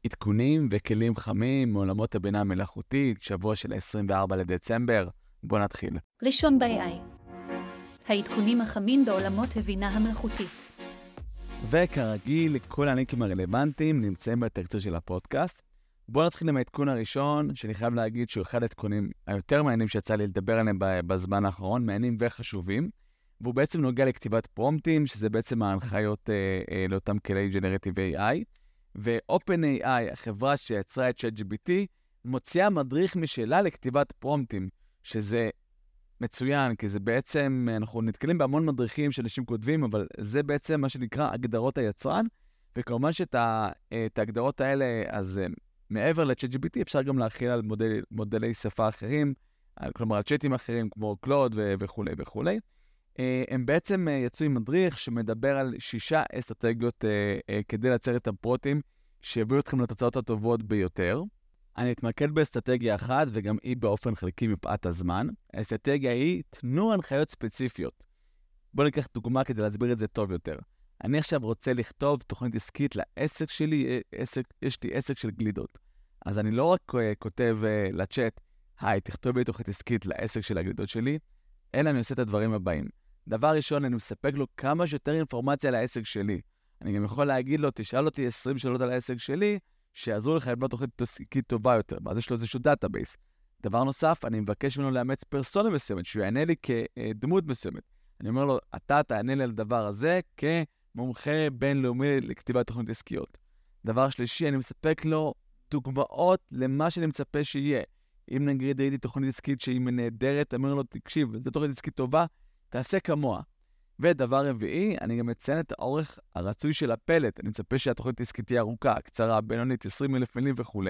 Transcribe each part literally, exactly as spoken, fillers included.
עדכונים וכלים חמים מעולמות הבינה המלאכותית, שבוע של עשרים וארבעה לדצמבר. בוא נתחיל. ראשון ב-איי איי. העדכונים החמים בעולמות הבינה המלאכותית. וכרגיל, כל הלינקים הרלוונטיים נמצאים בתקציר של הפודקאסט. בוא נתחיל עם העדכון הראשון, שאני חייב להגיד שהוא אחד העדכונים היותר מעניינים שיצא לי לדבר עליהם בזמן האחרון, מעניינים וחשובים, והוא בעצם נוגע לכתיבת פרומפטים, שזה בעצם ההנחיות אה, אה, לאותם כלי ג'נרטיב איי איי, ו-OpenAI, החברה שיצרה את ChatGPT, מוציאה מדריך משלה לכתיבת פרומפטים, שזה מצוין, כי זה בעצם, אנחנו נתקלים בהמון מדריכים שאנשים כותבים, אבל זה בעצם מה שנקרא הגדרות היצרן, וכמובן שאת ה, את ההגדרות האלה, אז מעבר ל-ChatGPT, אפשר גם להכיל על מודל, מודלי שפה אחרים, על, כלומר על צ'אטים אחרים כמו קלוד ו- וכו' וכו'. הם בעצם יצאו עם מדריך שמדבר על שישה אסטרטגיות כדי לייצר את הפרוטים שיביאו אתכם לתוצאות הטובות ביותר. אני אתמקד באסטרטגיה אחת, וגם היא באופן חלקי מפאת הזמן. האסטרטגיה היא, תנו הנחיות ספציפיות. בואו ניקח דוגמה כדי להסביר את זה טוב יותר. אני עכשיו רוצה לכתוב תוכנית עסקית לעסק שלי, עסק, יש לי עסק של גלידות. אז אני לא רק כותב uh, לצ'אט, היי, תכתוב לי תוכנית עסקית לעסק של הגלידות שלי, אלא אני עושה את הדברים הבאים. דבר ראשון, אני מספק לו כמה שיותר אינפורמציה על העסק שלי. אני גם יכול להגיד לו, תשאל אותי עשרים שאלות על העסק שלי, שיעזרו לך לבנות תוכנית עסקית טובה יותר, ואז יש לו איזשהו דאטאבייס. דבר נוסף, אני מבקש ממנו לאמץ פרסונה מסוימת, שהוא יענה לי כדמות מסוימת. אני אומר לו, אתה תענה לי על הדבר הזה כמומחה בינלאומי לכתיבת תוכנית עסקיות. דבר שלישי, אני מספק לו דוגמאות למה שאני מצפה שיהיה. אם נגיד ראיתי תוכנית עסקית שהיא נהדרת, אני אומר לו, תקשיב, זו תוכנית עסקית טובה, תעשה כמוה. ודבר רביעי, אני גם מציין את האורך הרצוי של הפלט. אני מצפה שהתוכנית עסקית תהיה ארוכה, קצרה, בינונית, עשרים אלף מילים וכו'.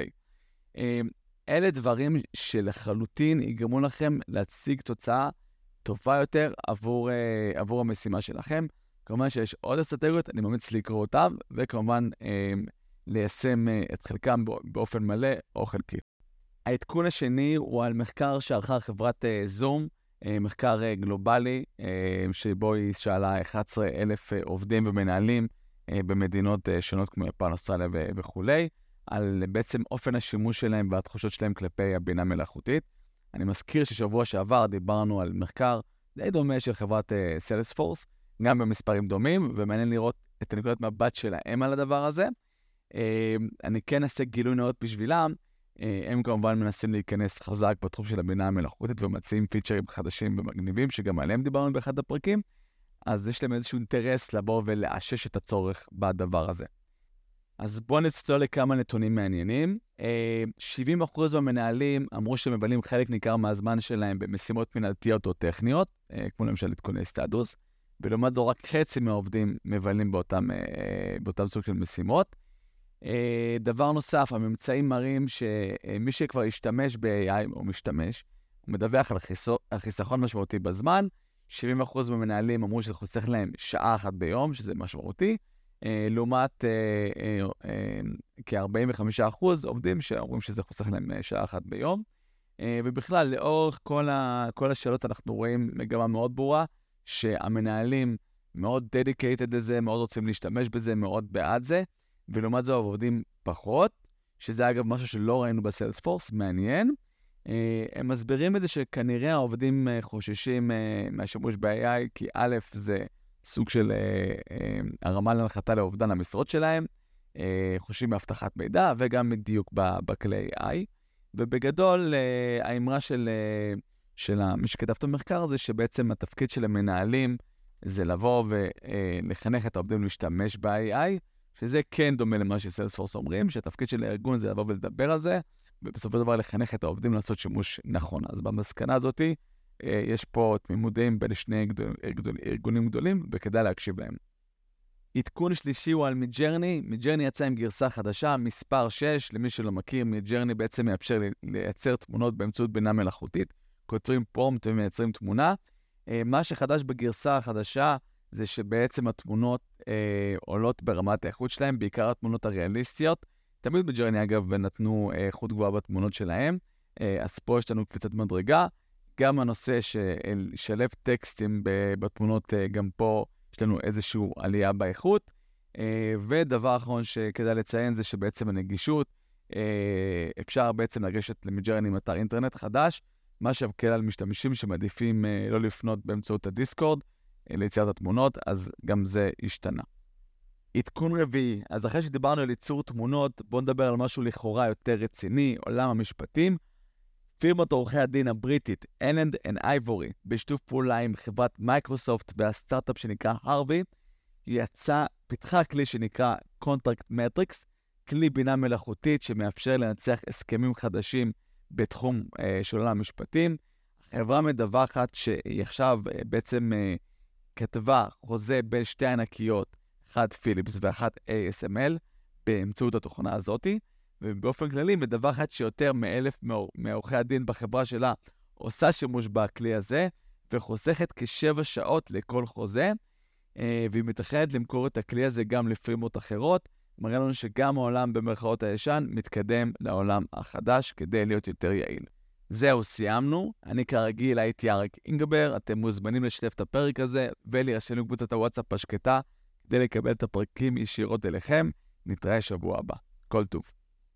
אלה דברים שלחלוטין יגרמו לכם להציג תוצאה טובה יותר עבור, עבור המשימה שלכם. כמובן שיש עוד אסטרטגיות, אני ממליץ לקרוא אותם, וכמובן ליישם את חלקם באופן מלא או חלקי. העדכון השני הוא על מחקר שערכה חברת זום, מחקר גלובלי, שבו היא שאלה אחד עשר אלף עובדים ומנהלים במדינות שונות כמו יפן, אוסטרליה וכו', על בעצם אופן השימוש שלהם והתחושות שלהם כלפי הבינה מלאכותית. אני מזכיר ששבוע שעבר דיברנו על מחקר די דומה של חברת סיילספורס, גם במספרים דומים, ומעניין לראות את הנקודת מבט שלהם על הדבר הזה. אני כן אעשה גילוי נאות בשבילם, הם כמובן מנסים להיכנס חזק בתחום של הבינה המלאכותית ומציעים פיצ'רים חדשים ומגניבים שגם עליהם דיברנו באחד הפרקים, אז יש להם איזשהו אינטרס לבוא ולאשש את הצורך בדבר הזה. אז בואו נצלול לכמה נתונים מעניינים. שבעים אחוז מהמנהלים אמרו שהם מבלים חלק ניכר מהזמן שלהם במשימות מנהלתיות או טכניות, כמו למשל עדכוני סטטוס, ולעומת זו רק חצי מהעובדים מבלים באותם, באותם סוג של משימות. דבר נוסף, הממצאים מראים שמי שכבר ישתמש ב-איי איי או משתמש, הוא מדווח על, חיסו, על חיסכון משמעותי בזמן. שבעים אחוז מהמנהלים אמרו שזה חוסך להם שעה אחת ביום, שזה משמעותי, לעומת כ-ארבעים וחמישה אחוז עובדים שאומרים שזה חוסך להם שעה אחת ביום. ובכלל, לאורך כל, ה, כל השאלות אנחנו רואים מגמה מאוד ברורה, שהמנהלים מאוד dedicated לזה, מאוד רוצים להשתמש בזה, מאוד בעד זה, ולעומת זו עובדים פחות, שזה אגב משהו שלא ראינו בסיילספורס, מעניין. הם מסבירים את זה שכנראה העובדים חוששים מהשימוש ב-איי איי, כי א' זה סוג של הרמה להנחתה לאובדן המשרות שלהם, חוששים מהבטחת מידע וגם מדיוק בכלי איי איי. ובגדול, האמרה של, של מי שכתב את המחקר זה שבעצם התפקיד של המנהלים זה לבוא ולחנך את העובדים להשתמש ב-איי איי, שזה כן דומה למה שסיילספורס אומרים, שהתפקיד של הארגון זה לבוא ולדבר על זה, ובסופו של דבר לחנך את העובדים לעשות שימוש נכון. אז במסקנה הזאת, יש פה תמימות דעים בין שני ארגונים גדולים, וכדאי להקשיב להם. עדכון שלישי הוא על מידג'רני. מידג'רני יצא עם גרסה חדשה, מספר שש, למי שלא מכיר, מידג'רני בעצם מאפשר לייצר תמונות באמצעות בינה מלאכותית, כותבים פרומפט ומייצרים תמונה. מה שחדש בגרסה החדשה, זה שבעצם התמונות אה, עולות ברמת האיכות שלהם, בעיקר התמונות הריאליסטיות. תמיד בג'רני אגב נתנו איכות גבוהה בתמונות שלהם, אה, אז פה יש לנו קפיצת מדרגה. גם הנושא של שלב טקסטים בתמונות, אה, גם פה יש לנו איזושהי עלייה באיכות. ודבר אחרון שכדאי לציין זה שבעצם הנגישות, אפשר בעצם לגשת למידג'רני עם אתר אינטרנט חדש, מה שמקל על משתמשים שמעדיפים לא לפנות באמצעות הדיסקורד ליצירת התמונות, אז גם זה השתנה. עדכון רביעי, אז אחרי שדיברנו על ייצור תמונות, בואו נדבר על משהו לכאורה יותר רציני, עולם המשפטים. פירמת עורכי הדין הבריטית, אלנד אנד אייבורי, בשיתוף פעולה עם חברת מייקרוסופט והסטארט-אפ שנקרא הרווי, יצא, פיתחה כלי שנקרא Contract Matrix, כלי בינה מלאכותית שמאפשר לנצח הסכמים חדשים בתחום אה, של עולם המשפטים. החברה מדווחת שהיא עכשיו אה, בעצם אה, כתבה חוזה בין שתי ענקיות, אחד פיליפס ואחת איי אס אם אל, באמצעות התוכנה הזאת, ובאופן כללי מדווחת שיותר מאלף מעורכי הדין בחברה שלה עושה שימוש בכלי הזה, וחוסכת כשבע שעות לכל חוזה, והיא מתכנת למכור את הכלי הזה גם לפירמות אחרות, מראה לנו שגם העולם במרכאות הישן מתקדם לעולם החדש כדי להיות יותר יעיל. זהו, סיימנו. אני כרגיל הייתי אריק אינגבר, אתם מוזמנים לשתף את הפרק הזה ולהירשם לקבוצת הוואטסאפ השקטה כדי לקבל את הפרקים ישירות אליכם. נתראה שבוע הבא. כל טוב.